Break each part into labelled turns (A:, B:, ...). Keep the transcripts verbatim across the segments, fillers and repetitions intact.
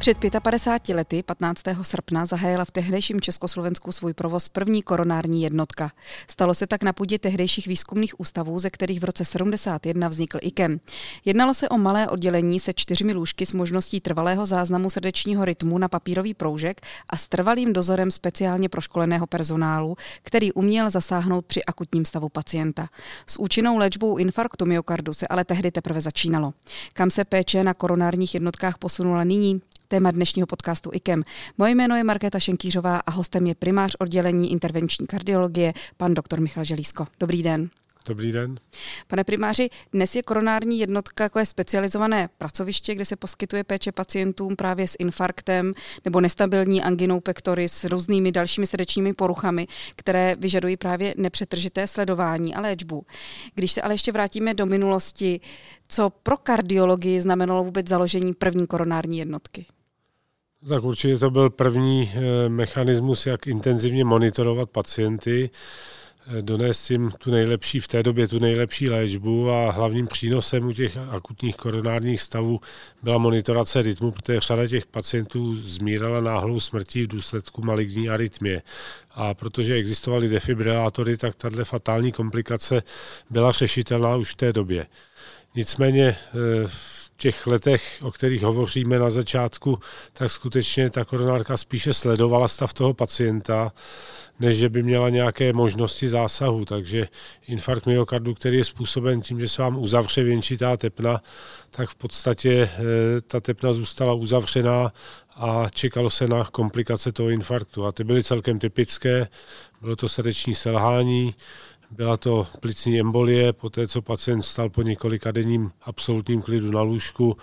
A: Před padesátimi pěti lety, patnáctého srpna, zahájila v tehdejším Československu svůj provoz první koronární jednotka. Stalo se tak na půdě tehdejších výzkumných ústavů, ze kterých v roce sedmdesát jedna vznikl I K E M. Jednalo se o malé oddělení se čtyřmi lůžky s možností trvalého záznamu srdečního rytmu na papírový proužek a s trvalým dozorem speciálně proškoleného personálu, který uměl zasáhnout při akutním stavu pacienta. S účinnou léčbou infarktu myokardu se ale tehdy teprve začínalo. Kam se péče na koronárních jednotkách posunula nyní? Téma dnešního podcastu I K E M. Moje jméno je Markéta Šenkýřová a hostem je primář oddělení intervenční kardiologie, pan doktor Michal Želízko. Dobrý den.
B: Dobrý den.
A: Pane primáři, dnes je koronární jednotka jako je specializované pracoviště, kde se poskytuje péče pacientům právě s infarktem nebo nestabilní anginou pectoris s různými dalšími srdečními poruchami, které vyžadují právě nepřetržité sledování a léčbu. Když se ale ještě vrátíme do minulosti, co pro kardiologii znamenalo vůbec založení první koronární jednotky?
B: Tak určitě to byl první mechanismus, jak intenzivně monitorovat pacienty, donést jim tu nejlepší, v té době tu nejlepší léčbu a hlavním přínosem u těch akutních koronárních stavů byla monitorace rytmu, protože řada těch pacientů zmírala náhlou smrtí v důsledku maligní arytmie. A protože existovaly defibrilátory, tak tato fatální komplikace byla řešitelná už v té době. Nicméně v těch letech, o kterých hovoříme na začátku, tak skutečně ta koronárka spíše sledovala stav toho pacienta, než že by měla nějaké možnosti zásahu. Takže infarkt myokardu, který je způsoben tím, že se vám uzavře věnčitá tepna, tak v podstatě ta tepna zůstala uzavřená a čekalo se na komplikace toho infarktu. A ty byly celkem typické, bylo to srdeční selhání, byla to plicní embolie, poté co pacient stal po několika denním absolutním klidu na lůžku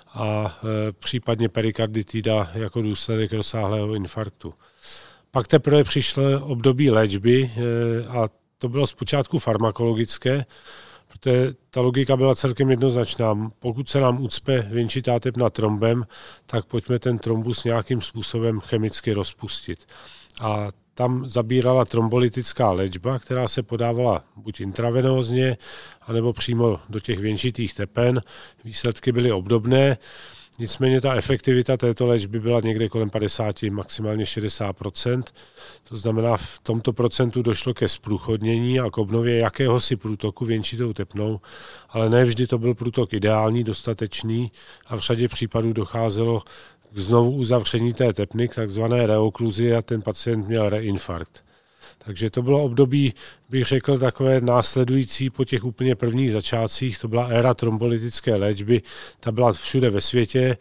B: a e, případně perikarditida jako důsledek rozsáhlého infarktu. Pak teprve přišlo období léčby e, a to bylo zpočátku farmakologické, protože ta logika byla celkem jednoznačná. Pokud se nám ucpe věnčitá tepna trombem, tak pojďme ten trombus nějakým způsobem chemicky rozpustit. A tam zabírala trombolytická léčba, která se podávala buď intravenózně, anebo přímo do těch věnčitých tepen. Výsledky byly obdobné, nicméně ta efektivita této léčby byla někde kolem padesát, maximálně šedesát procent. To znamená, v tomto procentu došlo ke zprůchodnění a k obnově jakéhosi průtoku věnčitou tepnou, ale ne vždy to byl průtok ideální, dostatečný a v řadě případů docházelo k znovu uzavření té tepny, k takzvané reokluzi a ten pacient měl reinfarkt. Takže to bylo období, bych řekl, takové následující po těch úplně prvních začátcích. To byla éra trombolytické léčby, ta byla všude ve světě,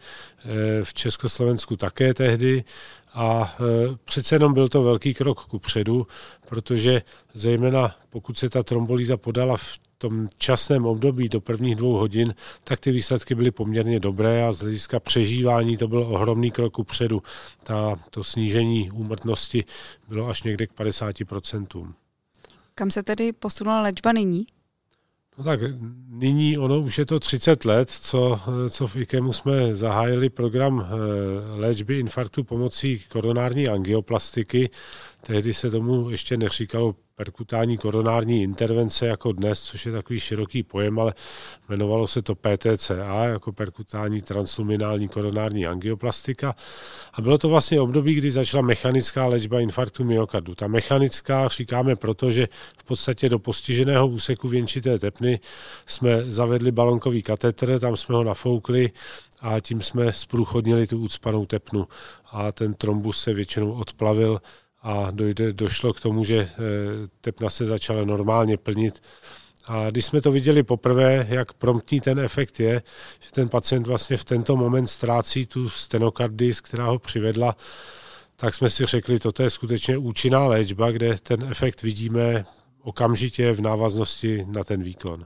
B: v Československu také tehdy a přece jenom byl to velký krok kupředu, protože zejména pokud se ta trombolýza podala v tom časném období do prvních dvou hodin, tak ty výsledky byly poměrně dobré a z hlediska přežívání to byl ohromný krok kupředu. Ta, to snížení úmrtnosti bylo až někde k padesáti procentům.
A: Kam se tedy posunula léčba nyní?
B: No tak nyní ono už je to třicet let, co, co v I K E M U jsme zahájili program léčby infarktu pomocí koronární angioplastiky. Tehdy se tomu ještě neříkalo perkutální koronární intervence jako dnes, což je takový široký pojem, ale jmenovalo se to P T C A jako perkutální transluminální koronární angioplastika. A bylo to vlastně období, kdy začala mechanická léčba infarktu myokardu. Ta mechanická říkáme proto, že v podstatě do postiženého úseku věnčité tepny jsme zavedli balonkový katetr, tam jsme ho nafoukli a tím jsme zprůchodnili tu ucpanou tepnu a ten trombus se většinou odplavil a dojde, došlo k tomu, že tepna se začala normálně plnit. A když jsme to viděli poprvé, jak promptní ten efekt je, že ten pacient vlastně v tento moment ztrácí tu stenokardii, která ho přivedla, tak jsme si řekli, toto je skutečně účinná léčba, kde ten efekt vidíme okamžitě v návaznosti na ten výkon.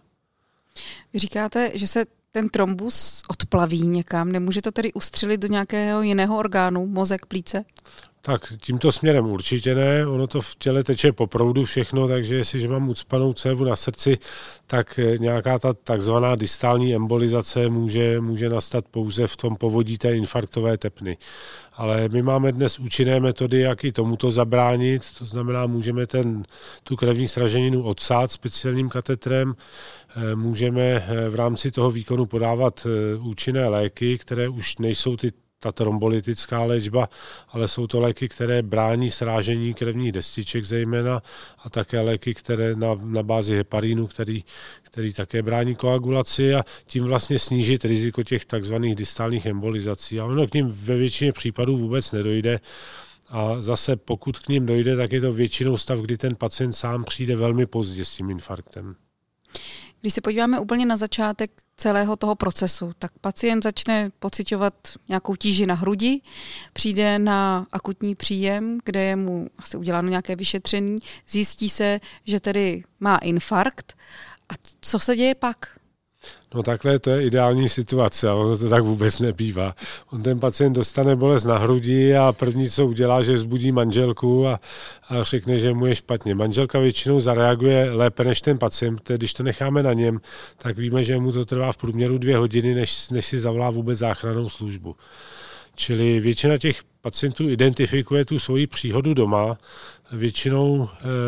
A: Vy říkáte, že se ten trombus odplaví někam, nemůže to tedy ustřelit do nějakého jiného orgánu, mozek, plíce?
B: Tak tímto směrem určitě ne, ono to v těle teče po proudu všechno, takže jestliže mám ucpanou cévu na srdci, tak nějaká ta takzvaná distální embolizace může, může nastat pouze v tom povodí té infarktové tepny. Ale my máme dnes účinné metody, jak i tomuto zabránit, to znamená, můžeme ten, tu krevní sraženinu odsát speciálním katetrem, můžeme v rámci toho výkonu podávat účinné léky, které už nejsou ty ta trombolytická léčba, ale jsou to léky, které brání srážení krevních destiček zejména a také léky, které na, na bázi heparínu, který, který také brání koagulaci a tím vlastně snížit riziko těch takzvaných distálních embolizací. A ono k ním ve většině případů vůbec nedojde. A zase pokud k ním dojde, tak je to většinou stav, kdy ten pacient sám přijde velmi pozdě s tím infarktem.
A: Když se podíváme úplně na začátek celého toho procesu, tak pacient začne pociťovat nějakou tíži na hrudi, přijde na akutní příjem, kde je mu asi uděláno nějaké vyšetření, zjistí se, že tedy má infarkt. A co se děje pak?
B: No takhle to je ideální situace, ale ono to tak vůbec nebývá. On ten pacient dostane bolest na hrudi a první, co udělá, že vzbudí manželku a, a řekne, že mu je špatně. Manželka většinou zareaguje lépe než ten pacient, protože když to necháme na něm, tak víme, že mu to trvá v průměru dvě hodiny, než, než si zavolá vůbec záchrannou službu. Čili většina těch pacientů identifikuje tu svoji příhodu doma, většinou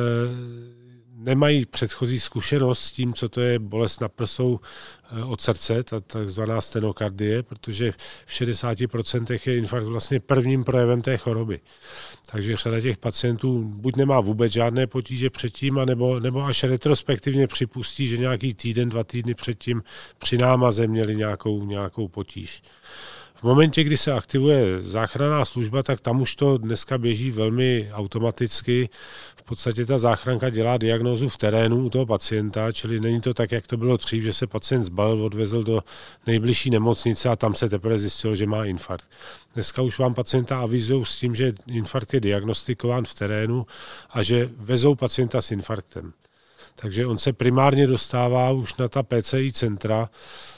B: e, nemají předchozí zkušenost s tím, co to je bolest na prsou od srdce, ta takzvaná stenokardie, protože v šedesáti procentech je infarkt vlastně prvním projevem té choroby. Takže řada těch pacientů buď nemá vůbec žádné potíže předtím, anebo, nebo až retrospektivně připustí, že nějaký týden, dva týdny předtím při námaze měli nějakou, nějakou potíž. V momentě, kdy se aktivuje záchranná služba, tak tam už to dneska běží velmi automaticky. V podstatě ta záchranka dělá diagnózu v terénu u toho pacienta, čili není to tak, jak to bylo dřív, že se pacient zbalil, odvezl do nejbližší nemocnice a tam se teprve zjistilo, že má infarkt. Dneska už vám pacienta avizují s tím, že infarkt je diagnostikován v terénu a že vezou pacienta s infarktem. Takže on se primárně dostává už na ta P C I centra,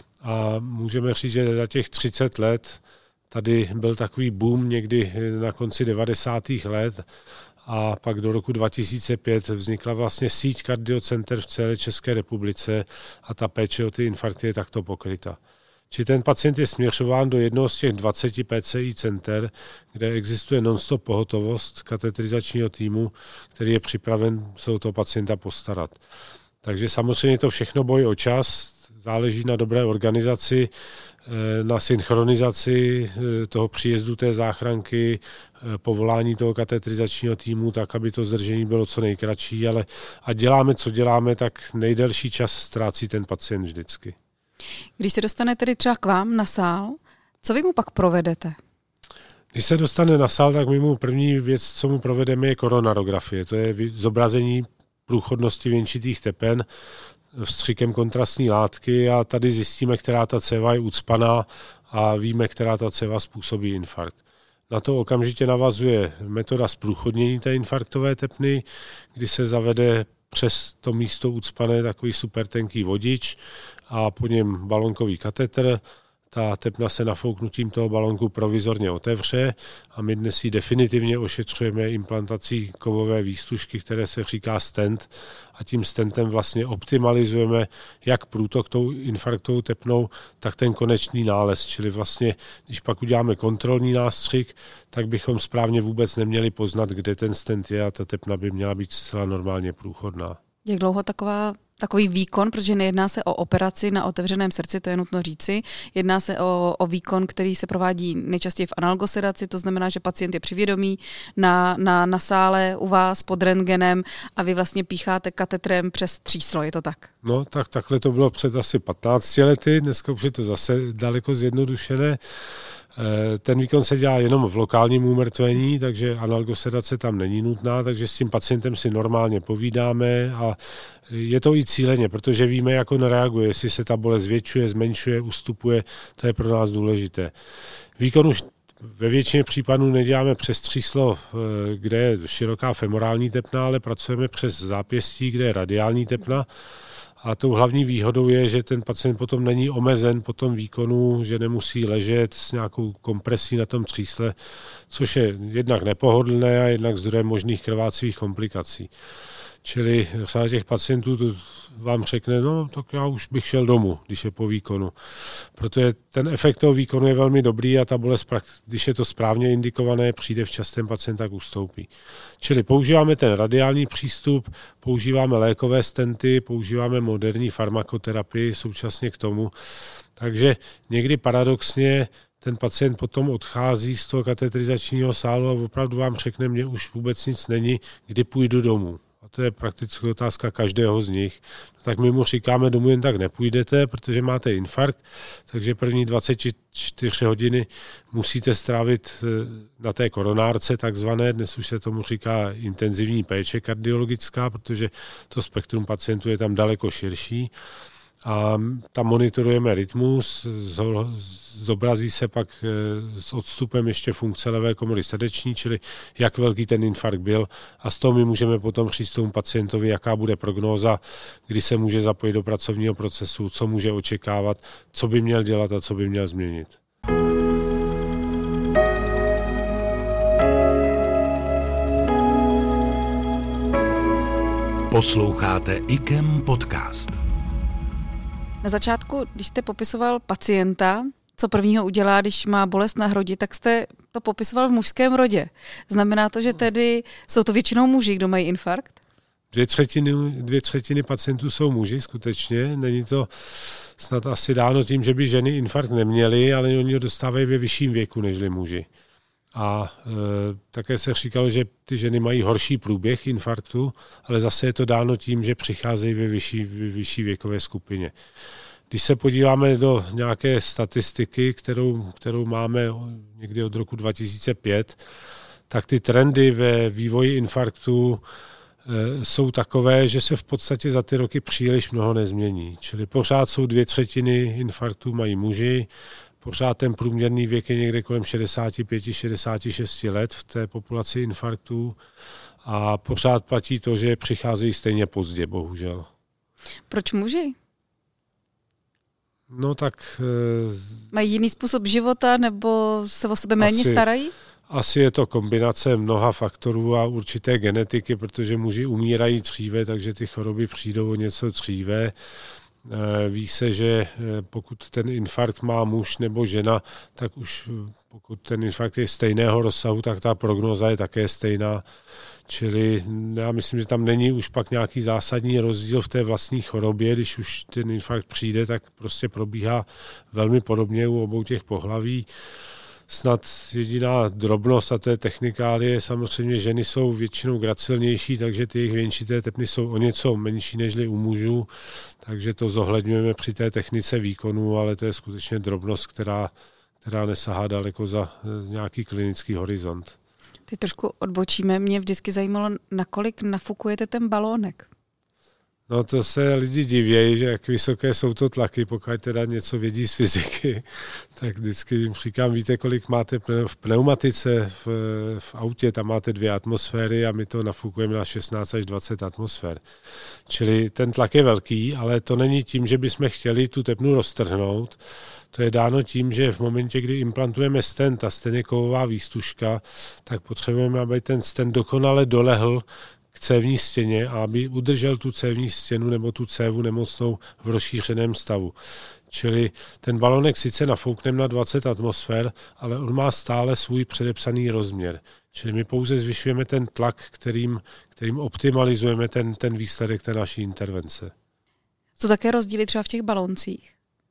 B: a můžeme říct, že za těch třicet let tady byl takový boom někdy na konci devadesátých let a pak do roku dva tisíce pět vznikla vlastně síť kardiocenter v celé České republice a ta péče o ty infarkty je takto pokryta. Či ten pacient je směřován do jednoho z těch dvaceti P C I center, kde existuje non-stop pohotovost katetrizačního týmu, který je připraven se o toho pacienta postarat. Takže samozřejmě to všechno bojí o čas, záleží na dobré organizaci, na synchronizaci toho příjezdu té záchranky, povolání toho katetrizačního týmu, tak, aby to zdržení bylo co nejkratší, ale a děláme, co děláme, tak nejdelší čas ztrácí ten pacient vždycky.
A: Když se dostane tedy třeba k vám na sál, co vy mu pak provedete?
B: Když se dostane na sál, tak my mu první věc, co mu provedeme, je koronarografie. To je zobrazení průchodnosti věnčitých tepen vstřikem kontrastní látky a tady zjistíme, která ta céva je ucpaná a víme, která ta céva způsobí infarkt. Na to okamžitě navazuje metoda zprůchodnění té infarktové tepny, kdy se zavede přes to místo ucpané takový supertenký vodič a po něm balonkový katetr. Ta tepna se nafouknutím toho balonku provizorně otevře a my dnes ji definitivně ošetřujeme implantací kovové výstužky, které se říká stent a tím stentem vlastně optimalizujeme jak průtok tou infarktovou tepnou, tak ten konečný nález. Čili vlastně, když pak uděláme kontrolní nástřik, tak bychom správně vůbec neměli poznat, kde ten stent je a ta tepna by měla být zcela normálně průchodná.
A: Jak dlouho taková Takový výkon, protože nejedná se o operaci na otevřeném srdci, to je nutno říci. Jedná se o, o výkon, který se provádí nejčastěji v analgosedaci, to znamená, že pacient je při vědomí na, na, na sále u vás pod rentgenem a vy vlastně pícháte katetrem přes tříslo, je to tak?
B: No, tak takhle to bylo před asi patnácti lety, dneska už je to zase daleko zjednodušené. Ten výkon se dělá jenom v lokálním úmrtvení, takže analgosedace tam není nutná, takže s tím pacientem si normálně povídáme a je to i cíleně, protože víme, jak on reaguje, jestli se ta bolest zvětšuje, zmenšuje, ustupuje, to je pro nás důležité. Výkon už ve většině případů neděláme přes tříslo, kde je široká femorální tepna, ale pracujeme přes zápěstí, kde je radiální tepna. A tou hlavní výhodou je, že ten pacient potom není omezen po tom výkonu, že nemusí ležet s nějakou kompresí na tom třísle, což je jednak nepohodlné a jednak zdrojem možných krvácích komplikací. Čili řada těch pacientů vám řekne, no tak já už bych šel domů, když je po výkonu. Protože ten efekt toho výkonu je velmi dobrý a ta bolest, když je to správně indikované, přijde včas, ten pacient tak ustoupí. Čili používáme ten radiální přístup, používáme lékové stenty, používáme moderní farmakoterapii současně k tomu. Takže někdy paradoxně ten pacient potom odchází z toho katetrizačního sálu a opravdu vám řekne, mně už vůbec nic není, kdy půjdu domů. A to je prakticky otázka každého z nich. No, tak my mu říkáme, domů jen tak nepůjdete, protože máte infarkt, takže první dvacet čtyři hodiny musíte strávit na té koronárce takzvané, dnes už se tomu říká intenzivní péče kardiologická, protože to spektrum pacientů je tam daleko širší. A tam monitorujeme rytmus, zobrazí se pak s odstupem ještě funkce levé komory srdeční, čili jak velký ten infarkt byl a z toho my můžeme potom říct tomu pacientovi, jaká bude prognóza, kdy se může zapojit do pracovního procesu, co může očekávat, co by měl dělat a co by měl změnit.
C: Posloucháte I K E M podcast.
A: Na začátku, když jste popisoval pacienta, co prvního udělá, když má bolest na hrudi, tak jste to popisoval v mužském rodě. Znamená to, že tedy jsou to většinou muži, kdo mají infarkt?
B: Dvě třetiny, dvě třetiny pacientů jsou muži, skutečně. Není to snad asi dáno tím, že by ženy infarkt neměly, ale oni ho dostávají ve vyšším věku nežli muži. A e, také se říkalo, že ty ženy mají horší průběh infarktu, ale zase je to dáno tím, že přicházejí ve vyšší, ve vyšší věkové skupině. Když se podíváme do nějaké statistiky, kterou, kterou máme někdy od roku dva tisíce pět, tak ty trendy ve vývoji infarktu e, jsou takové, že se v podstatě za ty roky příliš mnoho nezmění. Čili pořád jsou dvě třetiny infarktů mají muži, pořád ten průměrný věk je někde kolem šedesát pět šedesát šest let v té populaci infarktů a pořád platí to, že přicházejí stejně pozdě, bohužel.
A: Proč muži?
B: No tak...
A: Mají jiný způsob života nebo se o sebe méně
B: asi,
A: starají?
B: Asi je to kombinace mnoha faktorů a určité genetiky, protože muži umírají dříve, takže ty choroby přijdou o něco dříve. Ví se, že pokud ten infarkt má muž nebo žena, tak už pokud ten infarkt je stejného rozsahu, tak ta prognóza je také stejná. Čili já myslím, že tam není už pak nějaký zásadní rozdíl v té vlastní chorobě. Když už ten infarkt přijde, tak prostě probíhá velmi podobně u obou těch pohlaví. Snad jediná drobnost, a to je technikálie, samozřejmě ženy jsou většinou gracilnější, takže ty jejich věnčité tepny jsou o něco menší nežli u mužů, takže to zohledňujeme při té technice výkonu, ale to je skutečně drobnost, která, která nesahá daleko za nějaký klinický horizont.
A: Teď trošku odbočíme. Mě vždycky zajímalo, nakolik nafukujete ten balónek.
B: No to se lidi divějí, že jak vysoké jsou to tlaky, pokud teda něco vědí z fyziky, tak vždycky jim říkám, víte, kolik máte v pneumatice v, v autě, tam máte dvě atmosféry a my to nafukujeme na šestnáct až dvacet atmosfér. Čili ten tlak je velký, ale to není tím, že bychom chtěli tu tepnu roztrhnout. To je dáno tím, že v momentě, kdy implantujeme stent, a stent je kovová výstužka, tak potřebujeme, aby ten stent dokonale dolehl k cévní stěně a aby udržel tu cévní stěnu nebo tu cévu nemocnou v rozšířeném stavu. Čili ten balonek sice nafoukneme na dvacet atmosfér, ale on má stále svůj předepsaný rozměr. Čili my pouze zvyšujeme ten tlak, kterým, kterým optimalizujeme ten, ten výsledek té naší intervence.
A: Jsou také rozdíly třeba v těch baloncích?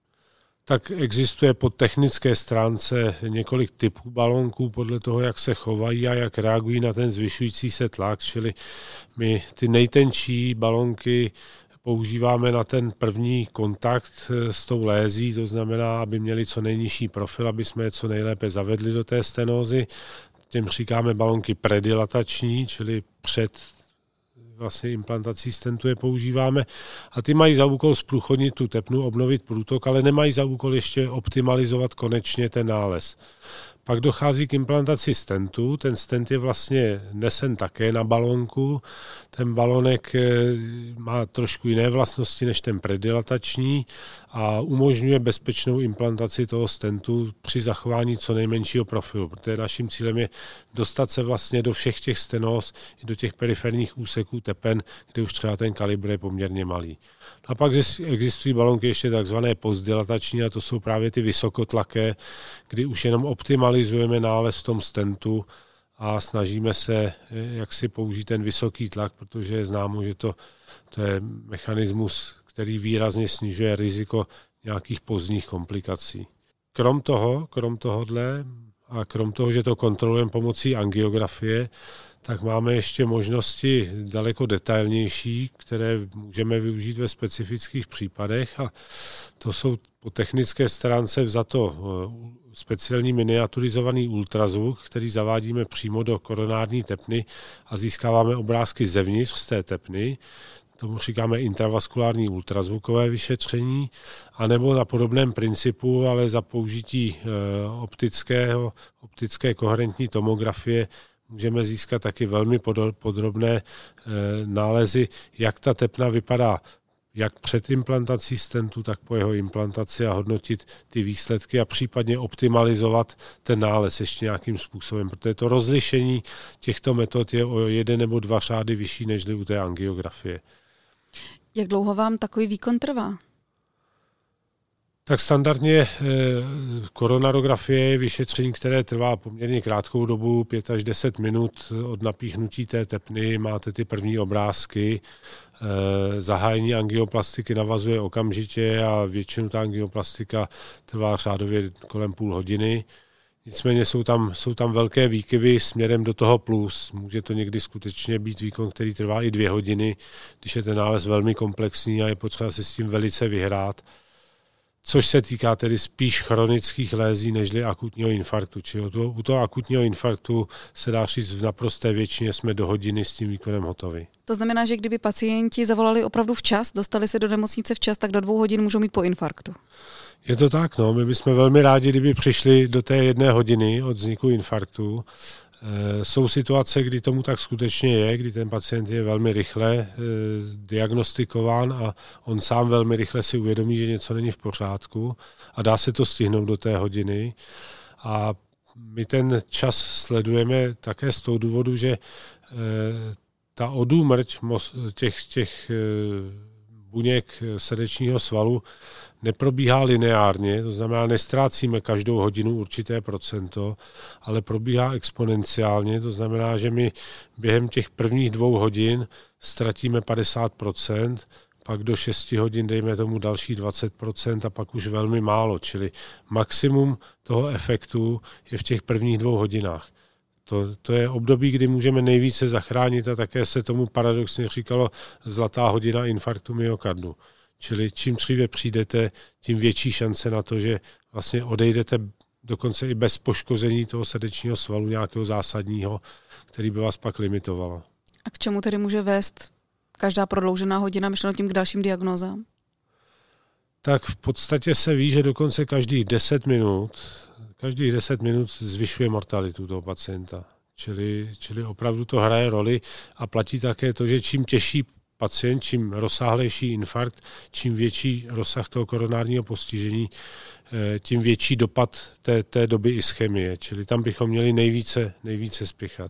B: Tak existuje po technické stránce několik typů balónků podle toho, jak se chovají a jak reagují na ten zvyšující se tlak, čili my ty nejtenčí balónky používáme na ten první kontakt s tou lézí, to znamená, aby měli co nejnižší profil, aby jsme je co nejlépe zavedli do té stenózy. Těm říkáme balónky predilatační, čili před vlastně implantací stentu je používáme a ty mají za úkol zprůchodnit tu tepnu, obnovit průtok, ale nemají za úkol ještě optimalizovat konečně ten nález. Pak dochází k implantaci stentu, ten stent je vlastně nesen také na balónku, ten balónek má trošku jiné vlastnosti než ten predilatační a umožňuje bezpečnou implantaci toho stentu při zachování co nejmenšího profilu, protože naším cílem je dostat se vlastně do všech těch stenóz, do těch periferních úseků tepen, kde už třeba ten kalibr je poměrně malý. A pak existují balónky ještě takzvané postdilatační a to jsou právě ty vysokotlaké, kdy už jenom optimalizujeme nález v tom stentu a snažíme se jak si použít ten vysoký tlak, protože je známo, že to, to je mechanismus, který výrazně snižuje riziko nějakých pozdních komplikací. krom toho, krom tohodle a krom toho, že to kontrolujeme pomocí angiografie, tak máme ještě možnosti daleko detailnější, které můžeme využít ve specifických případech a to jsou po technické stránce vzato speciální miniaturizovaný ultrazvuk, který zavádíme přímo do koronární tepny a získáváme obrázky zevnitř z té tepny. Tomu říkáme intravaskulární ultrazvukové vyšetření, anebo na podobném principu, ale za použití optického, optické koherentní tomografie můžeme získat taky velmi podrobné nálezy, jak ta tepna vypadá, jak před implantací stentu, tak po jeho implantaci a hodnotit ty výsledky a případně optimalizovat ten nález ještě nějakým způsobem, protože to rozlišení těchto metod je o jeden nebo dva řády vyšší než u té angiografie.
A: Jak dlouho vám takový výkon trvá?
B: Tak standardně koronarografie je vyšetření, které trvá poměrně krátkou dobu, pět až deset minut od napíchnutí té tepny, máte ty první obrázky, zahájení angioplastiky navazuje okamžitě a většinu ta angioplastika trvá řádově kolem půl hodiny. Nicméně jsou tam, jsou tam velké výkyvy směrem do toho plus. Může to někdy skutečně být výkon, který trvá i dvě hodiny, když je ten nález velmi komplexní a je potřeba se s tím velice vyhrát. Což se týká tedy spíš chronických lézí nežli akutního infarktu. Čili u toho akutního infarktu se dá říct, v naprosté většině jsme do hodiny s tím výkonem hotovi.
A: To znamená, že kdyby pacienti zavolali opravdu včas, dostali se do nemocnice včas, tak do dvou hodin můžou mít po infarktu.
B: Je to tak, no. My bychom velmi rádi, kdyby přišli do té jedné hodiny od vzniku infarktu. E, jsou situace, kdy tomu tak skutečně je, kdy ten pacient je velmi rychle e, diagnostikován a on sám velmi rychle si uvědomí, že něco není v pořádku a dá se to stihnout do té hodiny. A my ten čas sledujeme také z toho důvodu, že e, ta odúmrť těch, těch buněk srdečního svalu neprobíhá lineárně, to znamená, nestrácíme každou hodinu určité procento, ale probíhá exponenciálně, to znamená, že my během těch prvních dvou hodin ztratíme padesát procent, pak do šesti hodin dejme tomu další dvacet procent a pak už velmi málo, čili maximum toho efektu je v těch prvních dvou hodinách. To, to je období, kdy můžeme nejvíce zachránit a také se tomu paradoxně říkalo zlatá hodina infarktu myokardu. Čili čím dříve přijdete, tím větší šance na to, že vlastně odejdete dokonce i bez poškození toho srdečního svalu nějakého zásadního, který by vás pak limitovalo.
A: A k čemu tedy může vést každá prodloužená hodina, myšleno tím k dalším diagnózám?
B: Tak v podstatě se ví, že dokonce každých deset minut Každých deset minut zvyšuje mortalitu toho pacienta. Čili, čili opravdu to hraje roli a platí také to, že čím těžší pacient, čím rozsáhlejší infarkt, čím větší rozsah toho koronárního postižení, tím větší dopad té, té doby ischemie. Čili tam bychom měli nejvíce, nejvíce spěchat.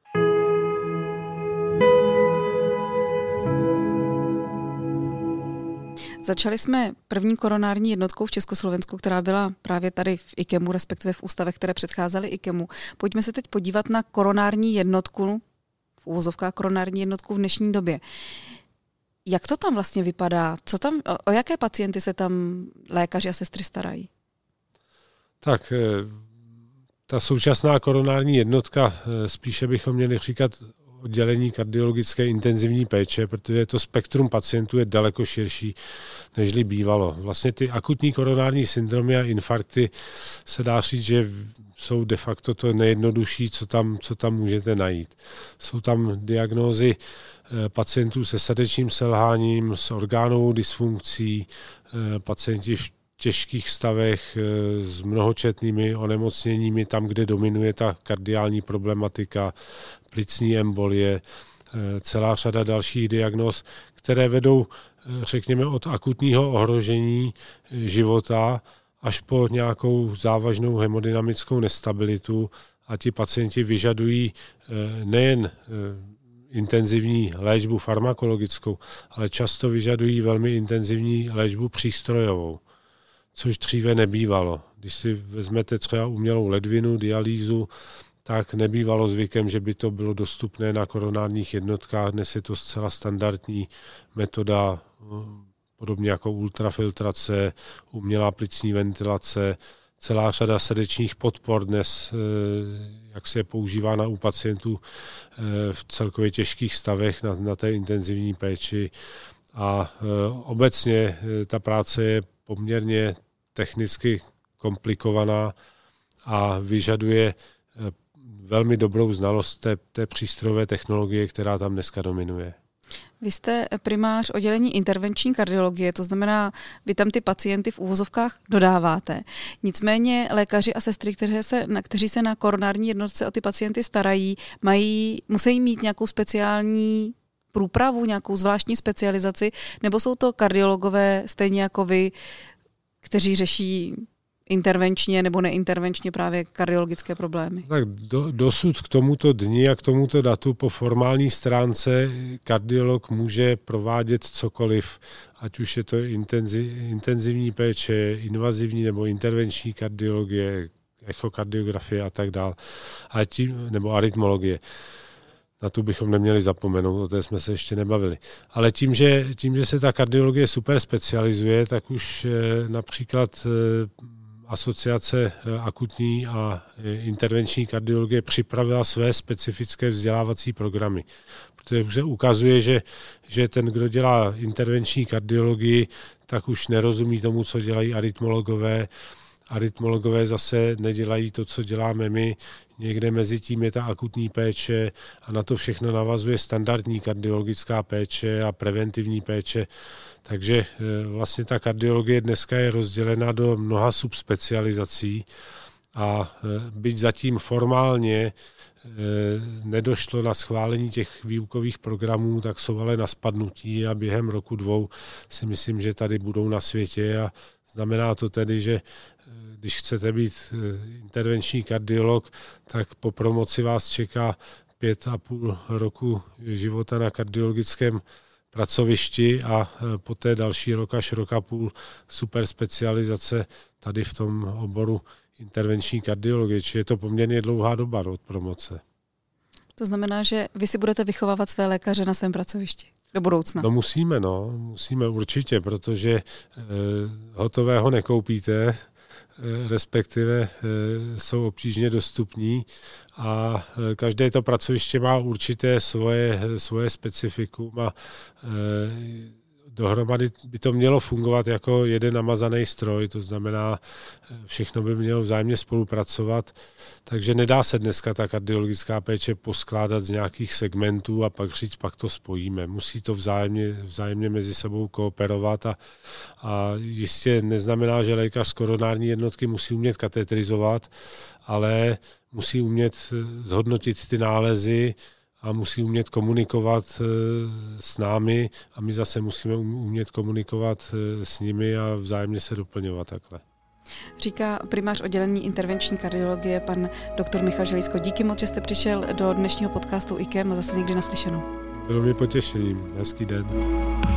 A: Začali jsme první koronární jednotkou v Československu, která byla právě tady v IKEMu, respektive v ústavech, které předcházely IKEMu. Pojďme se teď podívat na koronární jednotku, v uvozovkách koronární jednotku v dnešní době. Jak to tam vlastně vypadá? Co tam, o, o jaké pacienty se tam lékaři a sestry starají?
B: Tak ta současná koronární jednotka, spíše bychom měli říkat oddělení kardiologické intenzivní péče, protože to spektrum pacientů je daleko širší, nežli bývalo. Vlastně ty akutní koronární syndromy a infarkty se dá říct, že jsou de facto to nejjednodušší, co tam, co tam můžete najít. Jsou tam diagnózy pacientů se srdečním selháním, s orgánovou dysfunkcí, pacienti v těžkých stavech s mnohočetnými onemocněními, tam, kde dominuje ta kardiální problematika, plicní embolie, celá řada dalších diagnóz, které vedou, řekněme, od akutního ohrožení života až po nějakou závažnou hemodynamickou nestabilitu a ti pacienti vyžadují nejen intenzivní léčbu farmakologickou, ale často vyžadují velmi intenzivní léčbu přístrojovou, což dříve nebývalo. Když si vezmete třeba umělou ledvinu, dialýzu, tak nebývalo zvykem, že by to bylo dostupné na koronárních jednotkách. Dnes je to zcela standardní metoda, podobně jako ultrafiltrace, umělá plicní ventilace, celá řada srdečních podpor dnes, jak se je používána u pacientů v celkově těžkých stavech na, na té intenzivní péči. A obecně ta práce je poměrně technicky komplikovaná a vyžaduje velmi dobrou znalost té, té přístrojové technologie, která tam dneska dominuje.
A: Vy jste primář oddělení intervenční kardiologie, to znamená, vy tam ty pacienty v uvozovkách dodáváte. Nicméně lékaři a sestry, kteří se, kteří se na koronární jednotce o ty pacienty starají, mají, musí mít nějakou speciální průpravu, nějakou zvláštní specializaci, nebo jsou to kardiologové stejně jako vy, kteří řeší intervenčně nebo neintervenčně právě kardiologické problémy? Tak
B: do, dosud k tomuto dni a k tomuto datu po formální stránce kardiolog může provádět cokoliv, ať už je to intenziv, intenzivní péče, invazivní nebo intervenční kardiologie, echokardiografie a tak dále, a tím, nebo arytmologie. Na tu bychom neměli zapomenout, o té jsme se ještě nebavili. Ale tím, že, tím, že se ta kardiologie super specializuje, tak už například Asociace akutní a intervenční kardiologie připravila své specifické vzdělávací programy. Protože už se ukazuje, že, že ten, kdo dělá intervenční kardiologii, tak už nerozumí tomu, co dělají arytmologové. Arytmologové zase nedělají to, co děláme my. Někde mezi tím je ta akutní péče a na to všechno navazuje standardní kardiologická péče a preventivní péče. Takže vlastně ta kardiologie dneska je rozdělena do mnoha subspecializací a byť zatím formálně nedošlo na schválení těch výukových programů, tak jsou ale na spadnutí a během roku dvou si myslím, že tady budou na světě a znamená to tedy, že když chcete být intervenční kardiolog, tak po promoci vás čeká pět a půl roku života na kardiologickém pracovišti a poté další rok až rok a půl super specializace tady v tom oboru intervenční kardiologie, či je to poměrně dlouhá doba od promoce.
A: To znamená, že vy si budete vychovávat své lékaře na svém pracovišti do budoucna?
B: No musíme, no, musíme určitě, protože eh, hotového nekoupíte, respektive jsou obtížně dostupní a každé to pracoviště má určité svoje, svoje specifikum a dohromady by to mělo fungovat jako jeden namazaný stroj, to znamená, všechno by mělo vzájemně spolupracovat, takže nedá se dneska ta kardiologická péče poskládat z nějakých segmentů a pak říct, pak to spojíme. Musí to vzájemně, vzájemně mezi sebou kooperovat a, a jistě neznamená, že lékař z koronární jednotky musí umět katetrizovat, ale musí umět zhodnotit ty nálezy a musí umět komunikovat s námi a my zase musíme umět komunikovat s nimi a vzájemně se doplňovat takhle.
A: Říká primář oddělení intervenční kardiologie pan doktor Michal Želízko. Díky moc, že jste přišel do dnešního podcastu I K E M a zase někdy naslyšenou.
B: Bylo mi potěšením. Hezký den.